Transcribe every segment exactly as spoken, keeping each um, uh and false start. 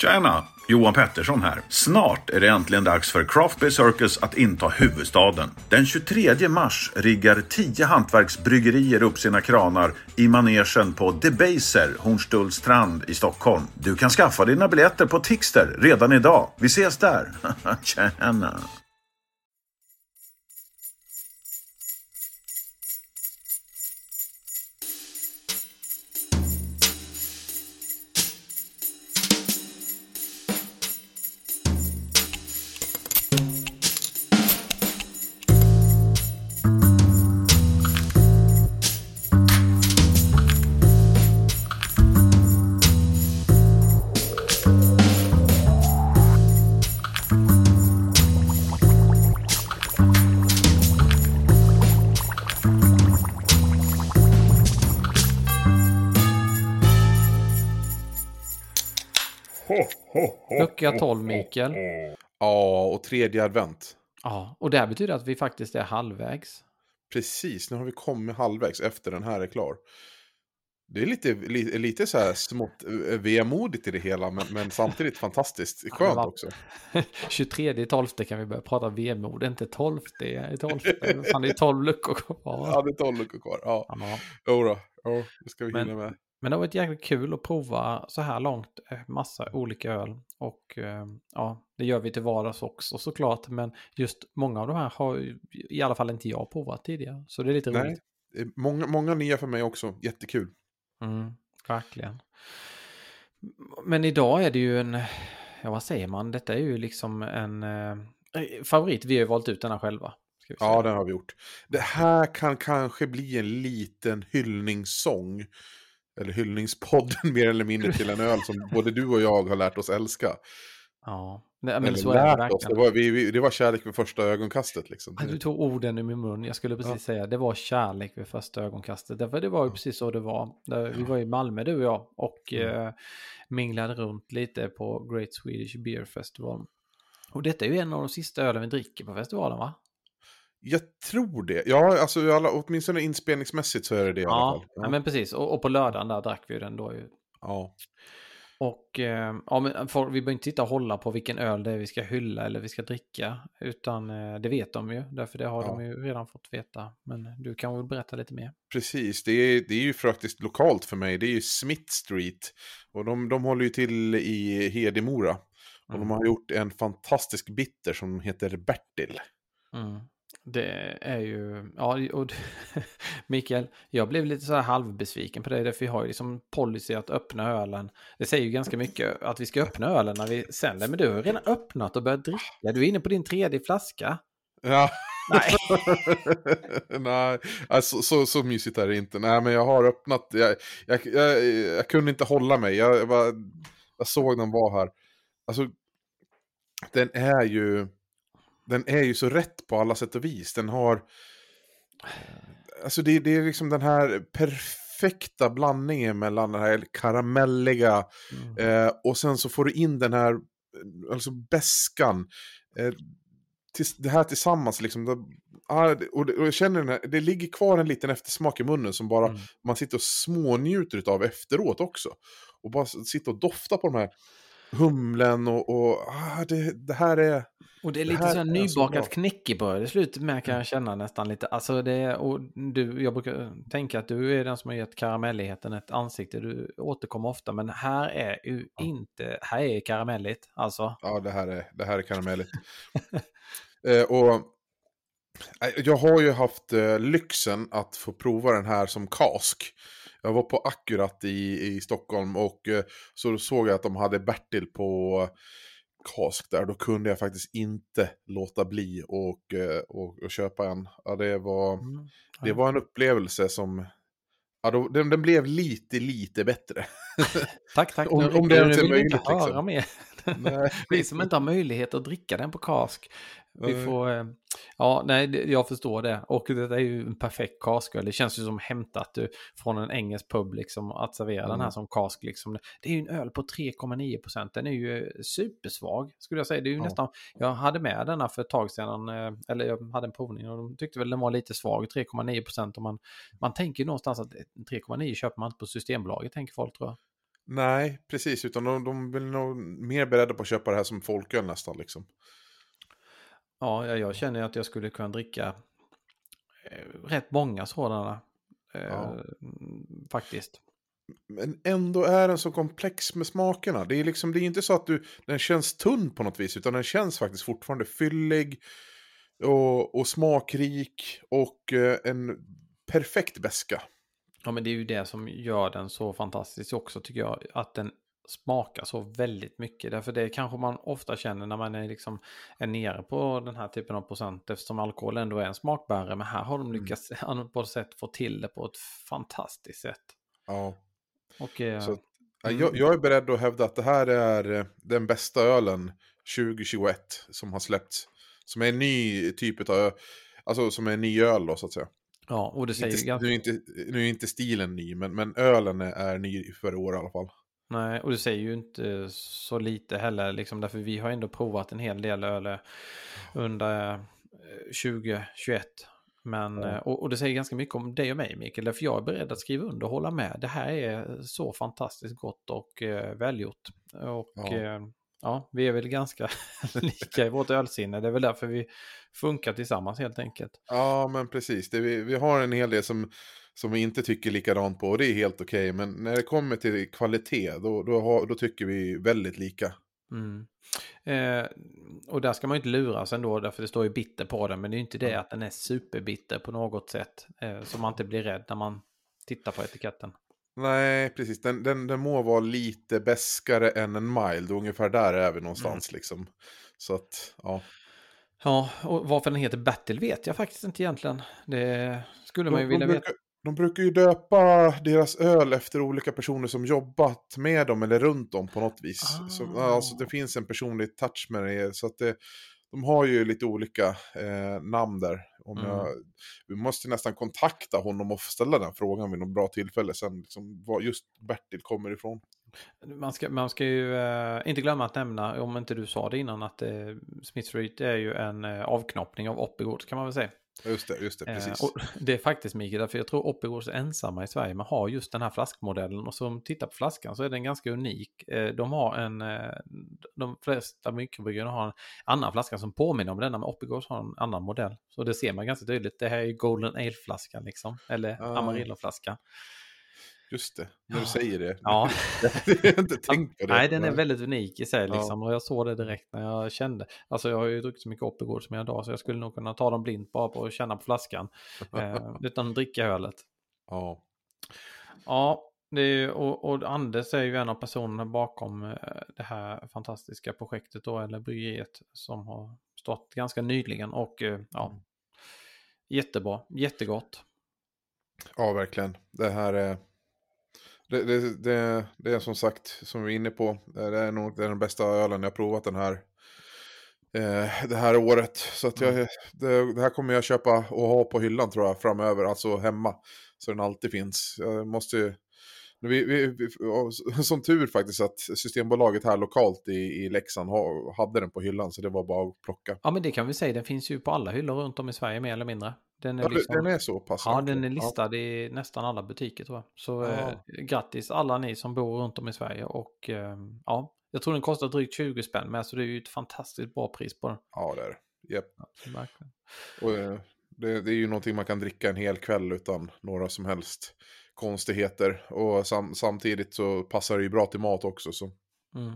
Tjena, Johan Pettersson här. Snart är det äntligen dags för Craft Beer Circus att inta huvudstaden. Den tjugotredje mars riggar tio hantverksbryggerier upp sina kranar i manegen på Debaser, Hornstullstrand i Stockholm. Du kan skaffa dina biljetter på Tixter redan idag. Vi ses där. Tjena. Lucka tolv, Mikael. Ja, och tredje advent. Ja, och det här betyder att vi faktiskt är halvvägs. Precis, nu har vi kommit halvvägs efter den här är klar. Det är lite, li, lite så här smått vemodigt i det hela, men, men samtidigt fantastiskt skönt ja, också. tjugotredje tolfte kan vi börja prata vemod, inte tolfte tolfte. Fan, det är tolv luckor kvar. Ja, det är tolv luckor kvar. Ja, ja. Jo då. Jo, det ska vi men, hinna med. Men det har varit jäkligt kul att prova så här långt massa olika öl. Och ja, det gör vi till vardags också såklart. Men just många av de här har i alla fall inte jag provat tidigare. Så det är lite Nej, roligt. Många, många nya för mig också. Jättekul. Mm, verkligen. Men idag är det ju en, ja vad säger man? Detta är ju liksom en eh, favorit. Vi har ju valt ut den här själva. Ja, den har vi gjort. Det här kan kanske bli en liten hyllningssång. Eller hyllningspodden mer eller mindre till en öl som både du och jag har lärt oss älska. Ja, men eller så är det verkligen. Oss. Det, var, vi, vi, det var kärlek vid första ögonkastet. Liksom. Du tog orden i min mun. Jag skulle precis ja. säga det var kärlek vid första ögonkastet. Därför det var ju ja. precis så det var. Där, vi var i Malmö, du och jag. Och mm. eh, minglade runt lite på Great Swedish Beer Festival. Och detta är ju en av de sista ölen vi dricker på festivalen, va? Jag tror det. Ja, alltså alla, åtminstone inspelningsmässigt så är det det i ja, alla fall. Ja, men precis. Och, och på lördagen där drack vi den då ju. Ja. Och eh, ja, men för, vi behöver inte sitta och hålla på vilken öl det är vi ska hylla eller vi ska dricka. Utan eh, det vet de ju. Därför det har ja. de ju redan fått veta. Men du kan väl berätta lite mer. Precis, det är, det är ju faktiskt lokalt för mig. Det är ju Smith Street. Och de, de håller ju till i Hedemora. Och mm. de har gjort en fantastisk bitter som heter Bertil. Mm. Det är ju, ja, och Mikael, jag blev lite så här halvbesviken på det, därför vi har ju liksom policy att öppna ölen. Det säger ju ganska mycket att vi ska öppna ölen när vi sänder, men du har redan öppnat och börjat dricka. Du är inne på din tredje flaska. Ja. Nej. Nej, alltså, så, så mysigt är det inte. Nej, men jag har öppnat, jag, jag, jag, jag kunde inte hålla mig. Jag, jag, var, jag såg den var här. Alltså, den är ju... Den är ju så rätt på alla sätt och vis. Den har... Alltså det, det är liksom den här perfekta blandningen mellan den här karamelliga... Mm. Eh, och sen så får du in den här... Alltså bäskan. Eh, tills, det här tillsammans liksom... Det, och, det, och jag känner den här, det ligger kvar en liten eftersmak i munnen som bara... Mm. Man sitter och smånjuter av efteråt också. Och bara sitter och doftar på de här... humlen och, och ah, det, det här är... Och det är lite det så här nybakat knäckebröd i slutet med, kan jag känna nästan lite. Alltså det är, och du, jag brukar tänka att du är den som har gett karamelligheten ett ansikte. Du återkommer ofta, men här är ju ja. inte, här är karamelligt alltså. Ja, det här är, det här är karamelligt. eh, och jag har ju haft eh, lyxen att få prova den här som kask. Jag var på Akkurat i, i Stockholm och eh, så såg jag att de hade Bertil på kask där. Då kunde jag faktiskt inte låta bli och, eh, och, och köpa en. Ja, det, var, mm. det var en upplevelse som... Ja, då, den, den blev lite, lite bättre. Tack, tack. om, om det inte är möjligt. Inte höra liksom. mer. Vi som inte har möjlighet att dricka den på kask. Vi får, ja, nej, jag förstår det. Och det är ju en perfekt kasköl. Det känns ju som hämtat från en engelsk pub liksom, att servera mm. den här som kask. Liksom. Det är ju en öl på tre komma nio procent. Den är ju supersvag, skulle jag säga. Det är ju ja. nästan, jag hade med denna för ett tag sedan, eller jag hade en provning och de tyckte väl den var lite svag, tre komma nio procent. Och man, man tänker ju någonstans att tre komma nio köper man inte på Systembolaget, tänker folk, tror jag. Nej, precis. Utan de, de blir nog mer beredda på att köpa det här som folköl nästan liksom. Ja, jag känner att jag skulle kunna dricka rätt många sådana. Ja. Eh, faktiskt. Men ändå är den så komplex med smakerna. Det är liksom, det är inte så att du, den känns tunn på något vis, utan den känns faktiskt fortfarande fyllig och, och smakrik och eh, en perfekt beska. Ja, men det är ju det som gör den så fantastisk också, tycker jag, att den smakar så väldigt mycket. Därför det kanske man ofta känner när man är, liksom, är nere på den här typen av procent, eftersom alkohol ändå är en smakbärare, men här har de lyckats mm. på ett sätt få till det på ett fantastiskt sätt. Ja. Och, eh, så, mm. jag, jag är beredd att hävda att det här är den bästa ölen tjugo tjugoett som har släppts. Som är en ny typ av, alltså som är en ny öl då så att säga. Ja, och det säger inte, ganska... nu, är inte, nu är inte stilen ny, men, men ölen är, är ny för år i alla fall. Nej, och det säger ju inte så lite heller, liksom, därför vi har ändå provat en hel del öl under tjugo tjugoett. Men, ja. och, och det säger ganska mycket om dig och mig, Mikael, därför jag är beredd att skriva under och hålla med. Det här är så fantastiskt gott och eh, välgjort. Och ja. Eh, ja, vi är väl ganska lika i vårt ölsinne. Det är väl därför vi funkar tillsammans helt enkelt. Ja, men precis. Det, vi, vi har en hel del som, som vi inte tycker likadant på, och det är helt okej. Okay. Men när det kommer till kvalitet, då, då, har, då tycker vi väldigt lika. Mm. Eh, och där ska man ju inte luras ändå, därför det står ju bitter på den, men det är ju inte det mm. att den är superbitter på något sätt, eh, så man inte blir rädd när man tittar på etiketten. Nej, precis. Den, den, den må vara lite bäskare än en mild, ungefär där är vi någonstans mm. liksom. Så att, ja. Ja, och varför den heter Battle vet jag faktiskt inte egentligen. Det skulle man ju de, vilja de veta. Brukar, de brukar ju döpa deras öl efter olika personer som jobbat med dem eller runt dem på något vis. Ah. Så, alltså det finns en personlig touch med det, så att det, de har ju lite olika eh, namn där. Om mm. jag, vi måste nästan kontakta honom och ställa den frågan vid något bra tillfälle sen, liksom, var just Bertil kommer ifrån. Man ska, man ska ju eh, inte glömma att nämna, om inte du sa det innan, att eh, Smith Street är ju en eh, avknoppning av Oppigårds, kan man väl säga. Just det, just det, precis. Eh, och det är faktiskt, Mikael, för jag tror Oppigårds är ensamma i Sverige, man har just den här flaskmodellen, och som tittar på flaskan så är den ganska unik. Eh, de har en, eh, de flesta mikrobryggarna har en annan flaska som påminner om denna, men Oppigårds har en annan modell. Så det ser man ganska tydligt, det här är ju Golden Ale-flaskan liksom, eller ah. Amarillo-flaskan. Just det, när du säger det. Ja. Jag har inte tänkt på det. Nej, den är väldigt unik i sig liksom. Ja. Och jag såg det direkt när jag kände. Alltså jag har ju druckit så mycket Oppigårds som jag idag, så jag skulle nog kunna ta dem blint bara på att känna på flaskan. eh, utan att dricka ölet. Ja. Ja, det är ju, och, och Anders är ju en av personerna bakom det här fantastiska projektet då, eller bryggeriet, som har stått ganska nyligen. Och ja, jättebra, jättegott. Ja, verkligen. Det här är... Det, det, det, det är som sagt, som vi är inne på, det är nog det är den bästa ölen jag har provat den här, eh, det här året. Så att jag, det, det här kommer jag köpa och ha på hyllan tror jag framöver, alltså hemma. Så den alltid finns. Jag måste ju, vi, vi, vi, som tur faktiskt att Systembolaget här lokalt i, i Leksand ha, hade den på hyllan, så det var bara att plocka. Ja, men det kan vi säga, den finns ju på alla hyllor runt om i Sverige mer eller mindre. Den är, ja, liksom, den är så pass. Ja, den är listad ja. i nästan alla butiker tror jag. Så ja. eh, grattis alla ni som bor runt om i Sverige. Och eh, ja, jag tror den kostar drygt tjugo spänn med, så det är ju ett fantastiskt bra pris på den. Ja, det är det. Yep. Ja, verkligen. Och eh, det, det är ju någonting man kan dricka en hel kväll utan några som helst konstigheter. Och sam, samtidigt så passar det ju bra till mat också. Så. Mm.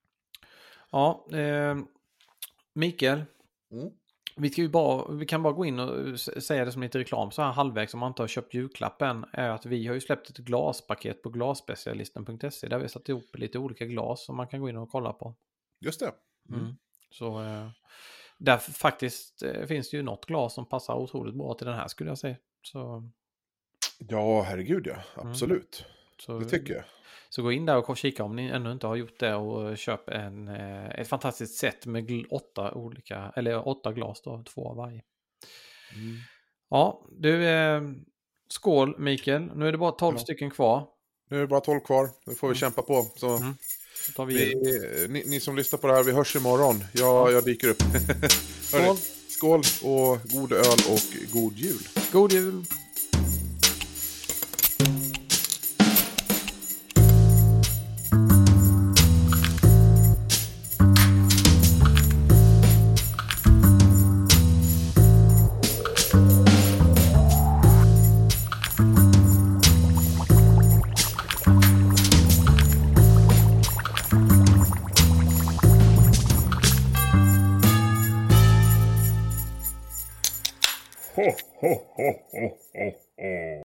Ja, eh, Mikael. Mm. Vi, ska ju bara, vi kan bara gå in och säga det som lite reklam så här halvvägs, om man inte har köpt julklappen, är att vi har ju släppt ett glaspaket på glasspecialisten punkt se där vi satt ihop lite olika glas som man kan gå in och kolla på. Just det. Mm. Mm. Så eh, där faktiskt eh, finns det ju något glas som passar otroligt bra till den här, skulle jag säga. Så... Ja, herregud ja. Absolut. Mm. Så, det tycker jag. Så gå in där och kika om ni ännu inte har gjort det, och köp en, ett fantastiskt set med gl- åtta olika, eller åtta glas då, två av varje. Mm. Ja, du, eh, skål Mikael. Nu är det bara tolv ja. stycken kvar. Nu är det bara tolv kvar, nu får vi mm. kämpa på. Så mm. tar vi vi, ni, ni som lyssnar på det här, vi hörs imorgon. Jag, jag dyker upp. Skål. Skål och god öl och god jul. God jul. Ho, ho, ho, ho, ho, ho.